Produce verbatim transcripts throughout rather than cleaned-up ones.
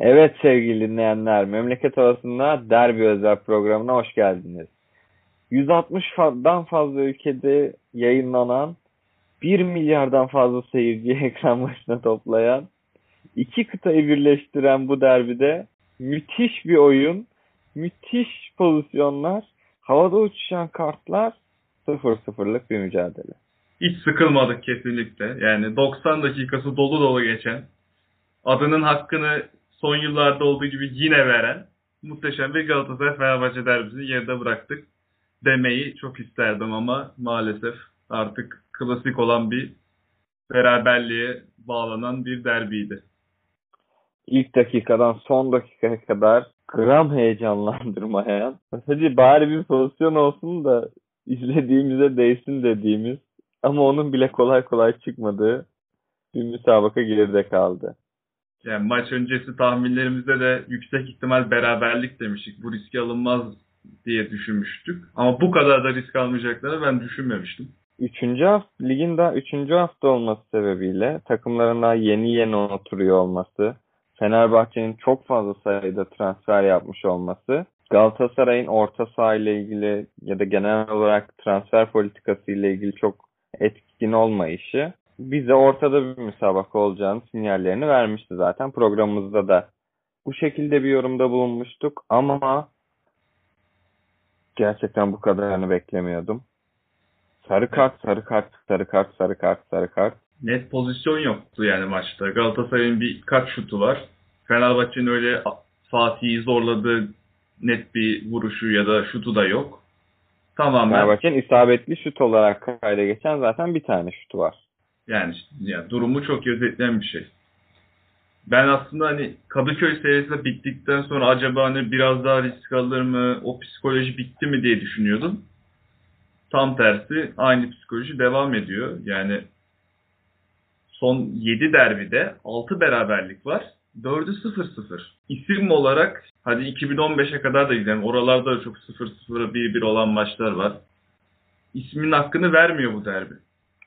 Evet sevgili dinleyenler, Memleket Havası'nda Derbi özel programına hoş geldiniz. yüz altmışdan fazla ülkede yayınlanan, bir milyardan fazla seyirciyi ekran başına toplayan, iki kıtayı birleştiren bu derbide müthiş bir oyun, müthiş pozisyonlar, havada uçuşan kartlar, sıfır sıfırlık bir mücadele. Hiç sıkılmadık kesinlikle. Yani doksan dakikası dolu dolu geçen, adının hakkını son yıllarda olduğu gibi yine veren muhteşem bir Galatasaray-Fenerbahçe derbisini geride bıraktık demeyi çok isterdim ama maalesef artık klasik olan bir beraberliğe bağlanan bir derbiydi. İlk dakikadan son dakikaya kadar gram heyecanlandırmayan, hadi bari bir pozisyon olsun da izlediğimize değsin dediğimiz ama onun bile kolay kolay çıkmadığı bir müsabaka geride kaldı. Yani maç öncesi tahminlerimizde de yüksek ihtimal beraberlik demiştik. Bu riski alınmaz diye düşünmüştük. Ama bu kadar da risk almayacaklarını ben düşünmemiştim. Üçüncü hafta, ligin daha üçüncü hafta olması sebebiyle takımların daha yeni yeni oturuyor olması, Fenerbahçe'nin çok fazla sayıda transfer yapmış olması, Galatasaray'ın orta saha ile ilgili ya da genel olarak transfer politikası ile ilgili çok etkin olmayışı bize ortada bir müsabaka olacağını sinyallerini vermişti zaten. Programımızda da bu şekilde bir yorumda bulunmuştuk ama gerçekten bu kadarını beklemiyordum. Sarı Evet. kart, sarı kart, sarı kart, sarı kart, sarı kart. Net pozisyon yoktu yani maçta. Galatasaray'ın birkaç şutu var. Fenerbahçe'nin öyle Fatih'i zorladığı net bir vuruşu ya da şutu da yok. Tamamen Fenerbahçe'nin isabetli şut olarak kayda geçen zaten bir tane şutu var. yani, yani durumu çok özetleyen bir şey. Ben aslında hani Kadıköy serisi bittikten sonra acaba hani biraz daha risk alır mı, o psikoloji bitti mi diye düşünüyordum. Tam tersi aynı psikoloji devam ediyor. Yani son yedi derbide altı beraberlik var. dördü sıfır sıfır. İsim olarak hadi iki bin on beşe kadar da gidelim. Oralarda da çok sıfır sıfır bir bir olan maçlar var. İsmin hakkını vermiyor bu derbi.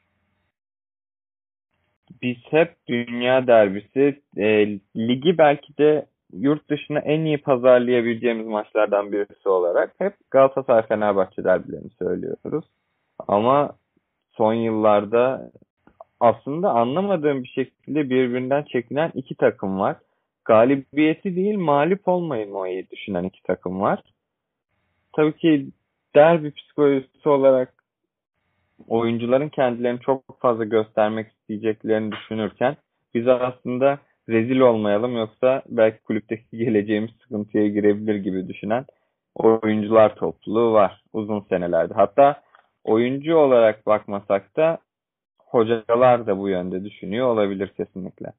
Biz hep dünya derbisi, e, ligi belki de yurt dışına en iyi pazarlayabileceğimiz maçlardan birisi olarak hep Galatasaray-Fenerbahçe derbilerini söylüyoruz. Ama son yıllarda aslında anlamadığım bir şekilde birbirinden çekilen iki takım var. Galibiyeti değil, mağlup olmayı düşünen iki takım var. Tabii ki derbi psikolojisi olarak oyuncuların kendilerini çok fazla göstermek isteyeceklerini düşünürken biz aslında rezil olmayalım yoksa belki kulüpteki geleceğimiz sıkıntıya girebilir gibi düşünen oyuncular topluluğu var uzun senelerde. Hatta oyuncu olarak bakmasak da hocalar da bu yönde düşünüyor olabilir kesinlikle.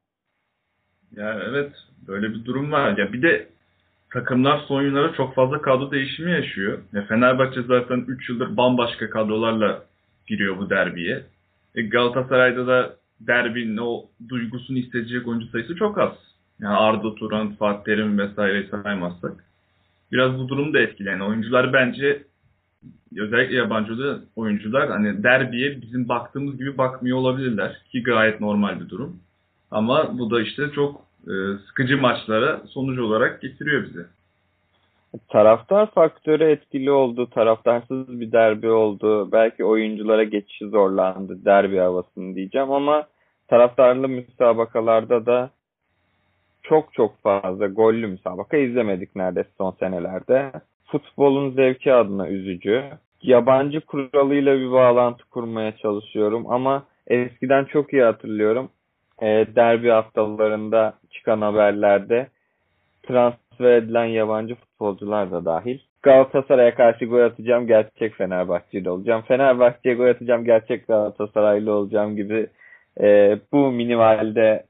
Yani evet, böyle bir durum var. Ya bir de takımlar son yıllarda çok fazla kadro değişimi yaşıyor. Ya Fenerbahçe zaten üç yıldır bambaşka kadrolarla giriyor bu derbiye. E Galatasaray'da da derbinin o duygusunu hissedecek oyuncu sayısı çok az. Yani Arda Turan, Fatih Terim vesaire saymazsak. Biraz bu durum da etkili. Yani oyuncular bence, özellikle yabancı oyuncular hani derbiye bizim baktığımız gibi bakmıyor olabilirler. Ki gayet normal bir durum. Ama bu da işte çok e, sıkıcı maçlara sonuç olarak getiriyor bize. Taraftar faktörü etkili oldu. Taraftarsız bir derbi oldu. Belki oyunculara geçişi zorlandı. Derbi havasını diyeceğim ama taraftarlı müsabakalarda da çok çok fazla gollü müsabaka izlemedik neredeyse son senelerde. Futbolun zevki adına üzücü. Yabancı kuralıyla bir bağlantı kurmaya çalışıyorum ama eskiden çok iyi hatırlıyorum. E, derbi haftalarında çıkan haberlerde transfer edilen yabancı futbolcular da dahil. Galatasaray'a karşı gol atacağım, gerçek Fenerbahçeli olacağım. Fenerbahçe'ye gol atacağım, gerçek Galatasaraylı olacağım gibi e, bu minimalde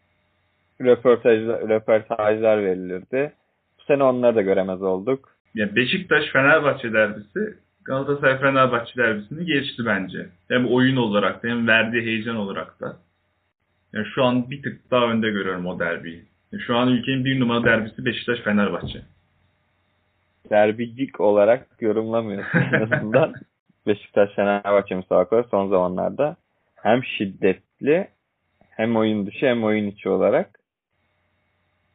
röportajlar, röportajlar verilirdi. Bu sene onları da göremez olduk. Yani Beşiktaş-Fenerbahçe derbisi Galatasaray-Fenerbahçe derbisini geçti bence. Hem oyun olarak da hem verdiği heyecan olarak da. Yani şu an bir tık daha önde görüyorum o derbiyi. Yani şu an ülkenin bir numara derbisi Beşiktaş-Fenerbahçe. Derbicik olarak yorumlamıyorsun en azından. Beşiktaş-Fenerbahçe müsabakaları son zamanlarda hem şiddetli hem oyun dışı hem oyun içi olarak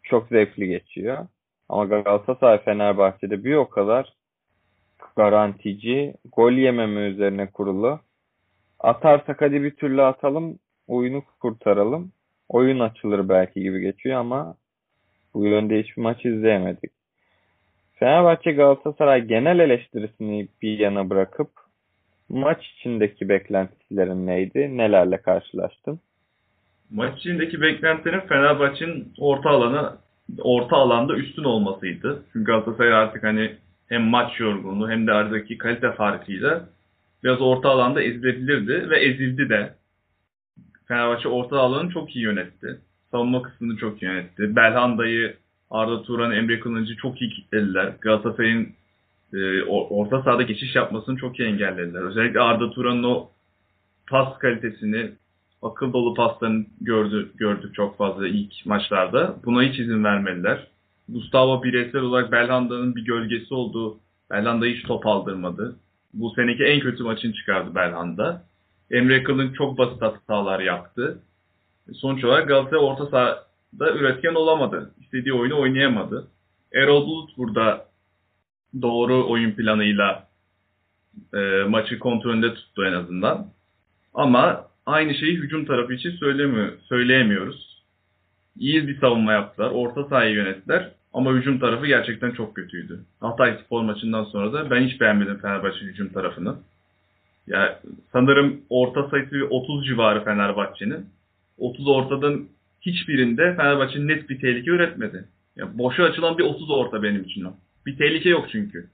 çok zevkli geçiyor. Ama Galatasaray Fenerbahçe'de bir o kadar garantici, gol yememe üzerine kurulu. Atarsak hadi bir türlü atalım, oyunu kurtaralım. Oyun açılır belki gibi geçiyor ama bu yönde hiçbir maç izleyemedik. Fenerbahçe Galatasaray genel eleştirisini bir yana bırakıp maç içindeki beklentilerin neydi? Nelerle karşılaştın? Maç içindeki beklentilerin Fenerbahçe'nin orta alana orta alanda üstün olmasıydı. Çünkü Galatasaray artık hani hem maç yorgunluğu hem de aradaki kalite farkıyla biraz orta alanda ezilebilirdi ve ezildi de. Fenerbahçe orta alanı çok iyi yönetti. Savunma kısmını çok iyi yönetti. Belhanda'yı, Arda Turan, Emre Kılınç'ı çok iyi kilitlediler. Galatasaray'ın e, orta sahada geçiş yapmasını çok iyi engellediler. Özellikle Arda Turan'ın o pas kalitesini, akıl dolu paslarını gördü, gördük çok fazla ilk maçlarda. Buna hiç izin vermediler. Gustavo bireysel olarak Belhanda'nın bir gölgesi olduğu, Belhanda'yı hiç top aldırmadı. Bu seneki en kötü maçını çıkardı Belhanda. Emre Kılınç çok basit hatalar yaptı. Sonuç olarak Galatasaray orta sahada üretken olamadı. İstediği oyunu oynayamadı. Erol Bulut burada doğru oyun planıyla e, maçı kontrolünde tuttu en azından. Ama aynı şeyi hücum tarafı için söylemiyor, söyleyemiyoruz. İyi bir savunma yaptılar. Orta sahayı yönettiler. Ama hücum tarafı gerçekten çok kötüydü. Hatayspor maçından sonra da ben hiç beğenmedim Fenerbahçe hücum tarafını. Ya sanırım orta sayısı otuz civarı Fenerbahçe'nin. otuz ortadan hiçbirinde Fenerbahçe net bir tehlike üretmedi. Ya boşa açılan bir otuz orta benim için o. Bir tehlike yok çünkü.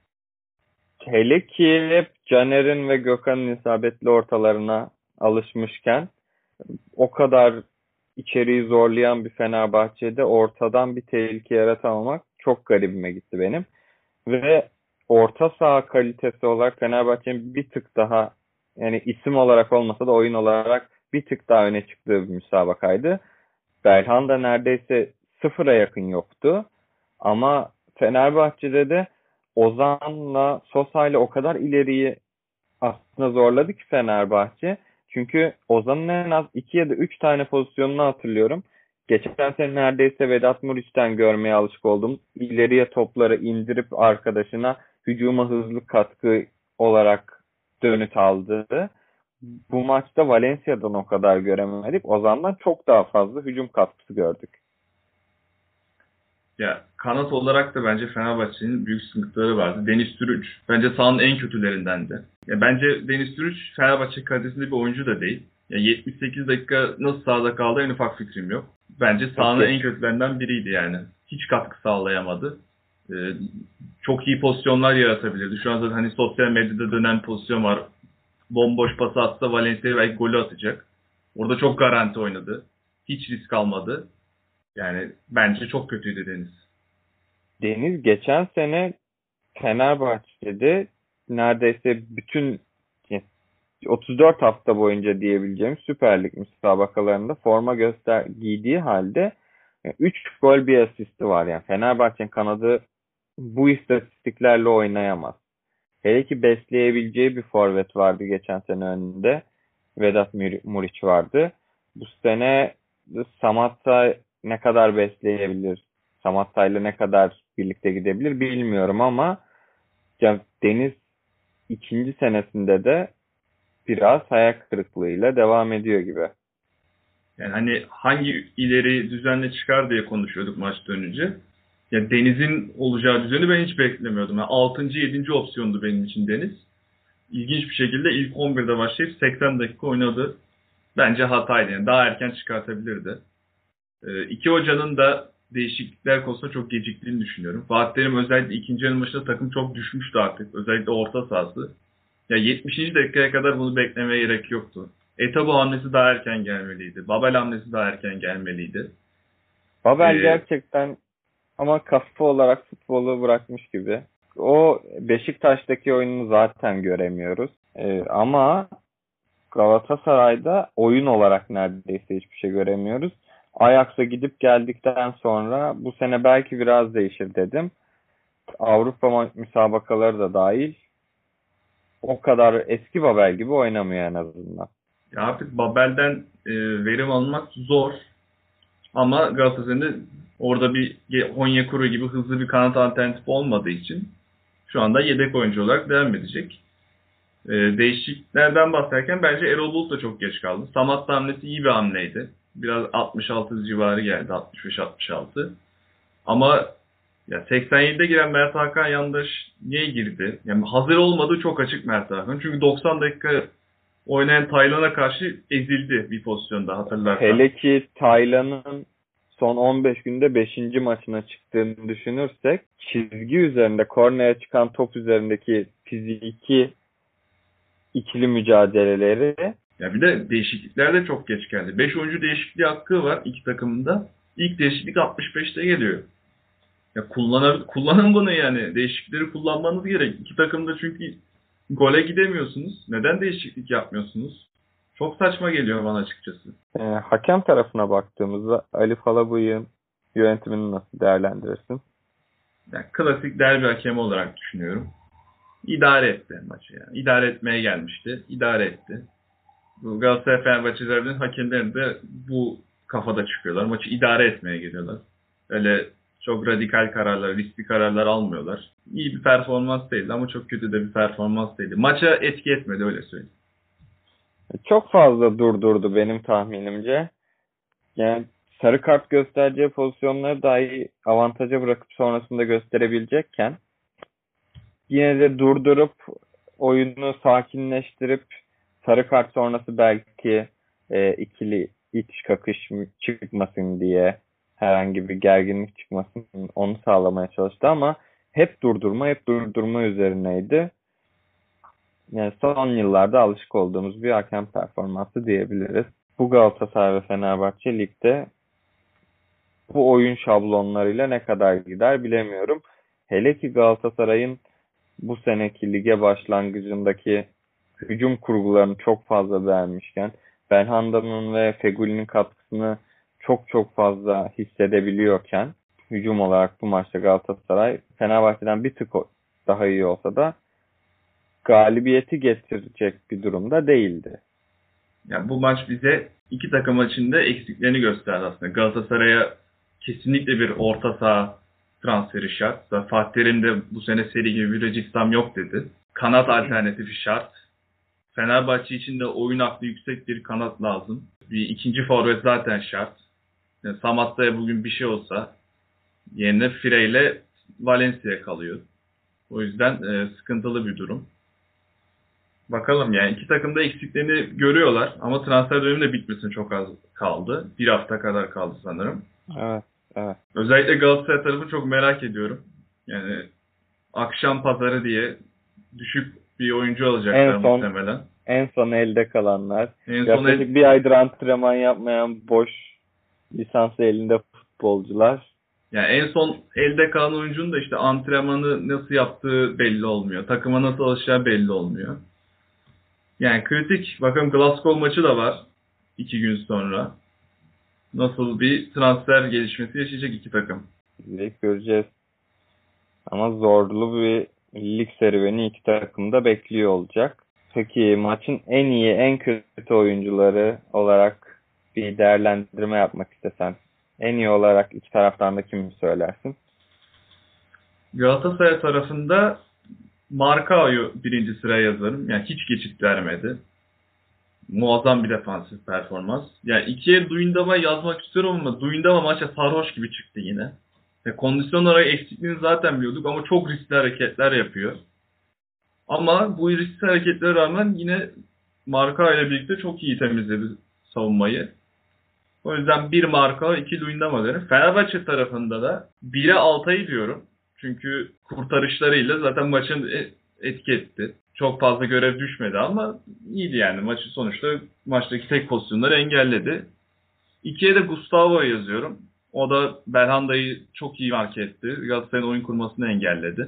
Hele ki hep Caner'in ve Gökhan'ın isabetli ortalarına alışmışken o kadar içeriği zorlayan bir Fenerbahçe'de ortadan bir tehlike yaratamamak çok garibime gitti benim. Ve orta saha kalitesi olarak Fenerbahçe'nin bir tık daha, yani isim olarak olmasa da oyun olarak bir tık daha öne çıktığı bir müsabakaydı. Belhanda neredeyse sıfıra yakın yoktu. Ama Fenerbahçe'de de Ozan'la Sosa'yla o kadar ileriyi aslında zorladı ki Fenerbahçe. Çünkü Ozan'ın en az iki ya da üç tane pozisyonunu hatırlıyorum. Geçen sene neredeyse Vedat Muriç'ten görmeye alışık oldum. İleriye topları indirip arkadaşına hücuma hızlı katkı olarak dönüt aldı. Bu maçta Valencia'dan o kadar göremedik. Ozan'dan çok daha fazla hücum katkısı gördük. Ya kanat olarak da bence Fenerbahçe'nin büyük sıkıntıları vardı. Deniz Türüç bence sahanın en kötülerindendi. Ya bence Deniz Türüç Fenerbahçe kalitesinde bir oyuncu da değil. Ya yetmiş sekiz dakika nasıl sahada kaldı en ufak fikrim yok. Bence sahanın en kötülerinden biriydi yani. Hiç katkı sağlayamadı. Ee, çok iyi pozisyonlar yaratabilirdi. Şu an zaten hani sosyal medyada dönen pozisyon var. Bomboş pası atsa Valencia belki golü atacak. Orada çok garanti oynadı. Hiç risk almadı. Yani bence çok kötüydü Deniz. Deniz geçen sene Fenerbahçe'de neredeyse bütün otuz dört hafta boyunca diyebileceğim Süper Lig müsabakalarında forma göster giydiği halde üç gol bir asisti var. Yani Fenerbahçe'nin kanadı bu istatistiklerle oynayamaz. Hele ki besleyebileceği bir forvet vardı geçen sene önünde. Vedat Muriç vardı. Bu sene Samatta ne kadar besleyebilir? Samatta'yla ne kadar birlikte gidebilir bilmiyorum ama ya Deniz ikinci senesinde de biraz hayal kırıklığıyla devam ediyor gibi. Yani hani hangi ileri düzenle çıkar diye konuşuyorduk maçtan önce. Ya Deniz'in olacağı düzeni ben hiç beklemiyordum. Yani altıncı yedinci opsiyondu benim için Deniz. İlginç bir şekilde ilk on birde başlayıp seksen dakika oynadı. Bence hataydı. Yani daha erken çıkartabilirdi. Ee, iki hocanın da değişiklikler konusunda çok geciktiğini düşünüyorum. Fatih Terim özellikle ikinci yarı başında takım çok düşmüştü artık. Özellikle orta sahası. Ya yetmişinci dakikaya kadar bunu beklemeye gerek yoktu. Etabo hamlesi daha erken gelmeliydi. Babel hamlesi daha erken gelmeliydi. Babel Ee, gerçekten ama kafa olarak futbolu bırakmış gibi. O Beşiktaş'taki oyununu zaten göremiyoruz. Ee, ama Galatasaray'da oyun olarak neredeyse hiçbir şey göremiyoruz. Ajax'a gidip geldikten sonra bu sene belki biraz değişir dedim. Avrupa müsabakaları da dahil o kadar eski Babel gibi oynamıyor en azından. ya artık Babel'den e, verim almak zor. Ama Galatasaray'ın Orada bir Onyekuru gibi hızlı bir kanat alternatifi olmadığı için şu anda yedek oyuncu olarak devam edecek. Ee, değişikliklerden bahsederken bence Erol Bulut da çok geç kaldı. Samat hamlesi iyi bir hamleydi. Biraz altmış altı civarı geldi. altmış beş altmış altı. Ama ya seksen yedide giren Mert Hakan Yandaş niye girdi? Yani hazır olmadığı çok açık Mert Hakan. Çünkü doksan dakika oynayan Taylan'a karşı ezildi bir pozisyonda, hatırlarsan. Hele ki Taylan'ın son on beş günde beşinci maçına çıktığını düşünürsek, çizgi üzerinde kornere çıkan top üzerindeki fiziki ikili mücadeleleri. Ya bir de değişiklikler de çok geç geldi. beş oyuncu değişikliği hakkı var iki takımında. İlk değişiklik altmış beşte geliyor. Ya kullanın, kullanın bunu yani. Değişiklikleri kullanmanız gerek. İki takımda çünkü gole gidemiyorsunuz. Neden değişiklik yapmıyorsunuz? Çok saçma geliyor bana açıkçası. E, hakem tarafına baktığımızda Ali Palabıyık'ın yönetimini nasıl değerlendirirsin? Yani klasik derbi hakemi olarak düşünüyorum. İdare etti maçı yani. İdare etmeye gelmişti. İdare etti. Bu Galatasaray Fenerbahçe'lerinin hakemleri de bu kafada çıkıyorlar. Maçı idare etmeye geliyorlar. Öyle çok radikal kararlar, riskli kararlar almıyorlar. İyi bir performans değildi ama çok kötü de bir performans değildi. Maça etki etmedi, öyle söyleyeyim. Çok fazla durdurdu benim tahminimce. Yani sarı kart göstereceği pozisyonları dahi avantaja bırakıp sonrasında gösterebilecekken yine de durdurup oyunu sakinleştirip sarı kart sonrası belki e, ikili itiş kakış çıkmasın diye, herhangi bir gerginlik çıkmasın, onu sağlamaya çalıştı ama hep durdurma hep durdurma üzerineydi. Yani son yıllarda alışık olduğumuz bir hakem performansı diyebiliriz. Bu Galatasaray ve Fenerbahçe ligde bu oyun şablonlarıyla ne kadar gider bilemiyorum. Hele ki Galatasaray'ın bu seneki lige başlangıcındaki hücum kurgularını çok fazla beğenmişken, Belhanda'nın ve Fegüli'nin katkısını çok çok fazla hissedebiliyorken, hücum olarak bu maçta Galatasaray Fenerbahçe'den bir tık daha iyi olsa da galibiyeti getirecek bir durumda değildi. Yani bu maç bize iki takım içinde eksiklerini gösterdi aslında. Galatasaray'a kesinlikle bir orta saha transferi şart. Fatih Terim de bu sene seri gibi bir reciksam yok dedi. Kanat alternatifi şart. Fenerbahçe için de oyun aklı yüksek bir kanat lazım. Bir ikinci forvet zaten şart. Yani Samatta'ya bugün bir şey olsa yerine Fire ile Valencia kalıyor. O yüzden e, sıkıntılı bir durum. Bakalım yani iki takım da eksiklerini görüyorlar ama transfer dönemi de bitmesine çok az kaldı. Bir hafta kadar kaldı sanırım. Evet, evet. Özellikle Galatasaray tarafını çok merak ediyorum. Yani akşam pazarı diye düşük bir oyuncu alacaklar en son, muhtemelen. En son elde kalanlar. En son Yaklaşık el... bir aydır antrenman yapmayan boş lisanslı elinde futbolcular. Yani en son elde kalan oyuncunun da işte antrenmanı nasıl yaptığı belli olmuyor. Takıma nasıl alışacağı belli olmuyor. Yani kritik. Bakın Glasgow maçı da var iki gün sonra. Nasıl bir transfer gelişmesi yaşayacak iki takım. İzleyip göreceğiz. Ama zorlu bir lig serüveni iki takım da bekliyor olacak. Peki maçın en iyi, en kötü oyuncuları olarak bir değerlendirme yapmak istesen, en iyi olarak iki taraftan da kimi söylersin? Galatasaray tarafında Markao'yu birinci sıraya yazarım. Yani hiç geçit vermedi. Muazzam bir defansif performans. Yani ikiye Duyndam'a yazmak istiyorum ama Duyndam'a maça sarhoş gibi çıktı yine. Ve kondisyon olarak eksikliğini zaten biliyorduk ama çok riskli hareketler yapıyor. Ama bu riskli hareketlere rağmen yine Marka ile birlikte çok iyi temizledi savunmayı. O yüzden bir Marka, iki Duyndama derim. Fenerbahçe tarafında da bire Altay'ı diyorum. Çünkü kurtarışlarıyla zaten maçın etki etti. Çok fazla görev düşmedi ama iyiydi yani. Maçı sonuçta maçtaki tek pozisyonları engelledi. ikiye de Gustavo'yu yazıyorum. O da Belhanda'yı çok iyi mark etti. Galatasaray'ın oyun kurmasını engelledi.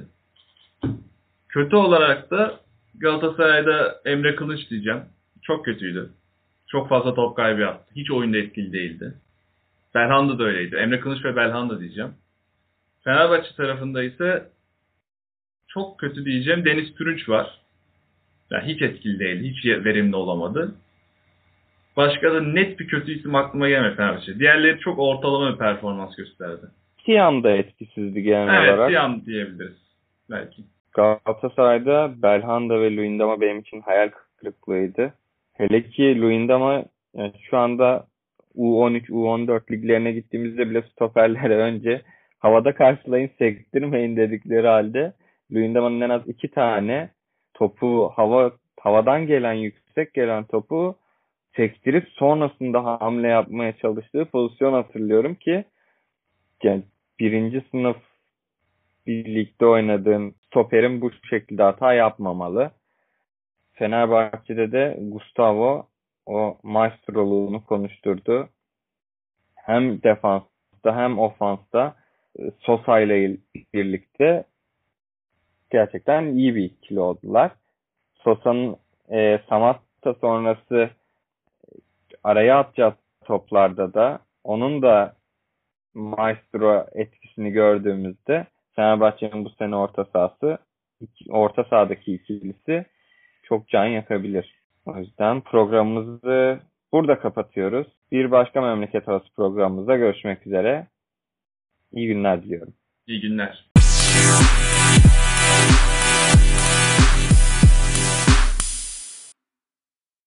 Kötü olarak da Galatasaray'da Emre Kılıç diyeceğim. Çok kötüydü. Çok fazla top kaybı yaptı. Hiç oyunda etkili değildi. Belhanda da öyleydi. Emre Kılıç ve Belhanda diyeceğim. Fenerbahçe tarafında ise çok kötü diyeceğim Deniz Türünç var. Yani hiç etkili değildi. Hiç verimli olamadı. Başka da net bir kötü isim aklıma gelmedi Fenerbahçe. Diğerleri çok ortalama bir performans gösterdi. Tiam da etkisizdi genel Evet, olarak. Tiam diyebiliriz belki. Galatasaray'da Belhanda ve Luyendama benim için hayal kırıklığıydı. Hele ki Luyendama yani şu anda U on üç, U on dört liglerine gittiğimizde bile stoperlere önce havada karşılayın, sektirmeyin dedikleri halde Luyendama'nın en az iki tane topu hava havadan gelen, yüksek gelen topu sektirip sonrasında hamle yapmaya çalıştığı pozisyon hatırlıyorum ki yani birinci sınıf bir ligde oynadığın stoperin bu şekilde hata yapmamalı. Fenerbahçe'de de Gustavo o maestroluğunu konuşturdu. Hem defansta hem ofansta e, Sosa ile birlikte gerçekten iyi bir ikili oldular. Sosa'nın e, Samatta sonrası araya atacağı toplarda da onun da maestro etkisini gördüğümüzde Fenerbahçe'nin bu sene orta sahası orta sahadaki ikilisi çok can yakabilir. O yüzden programımızı burada kapatıyoruz. Bir başka memleket arası programımızda görüşmek üzere. İyi günler diliyorum. İyi günler.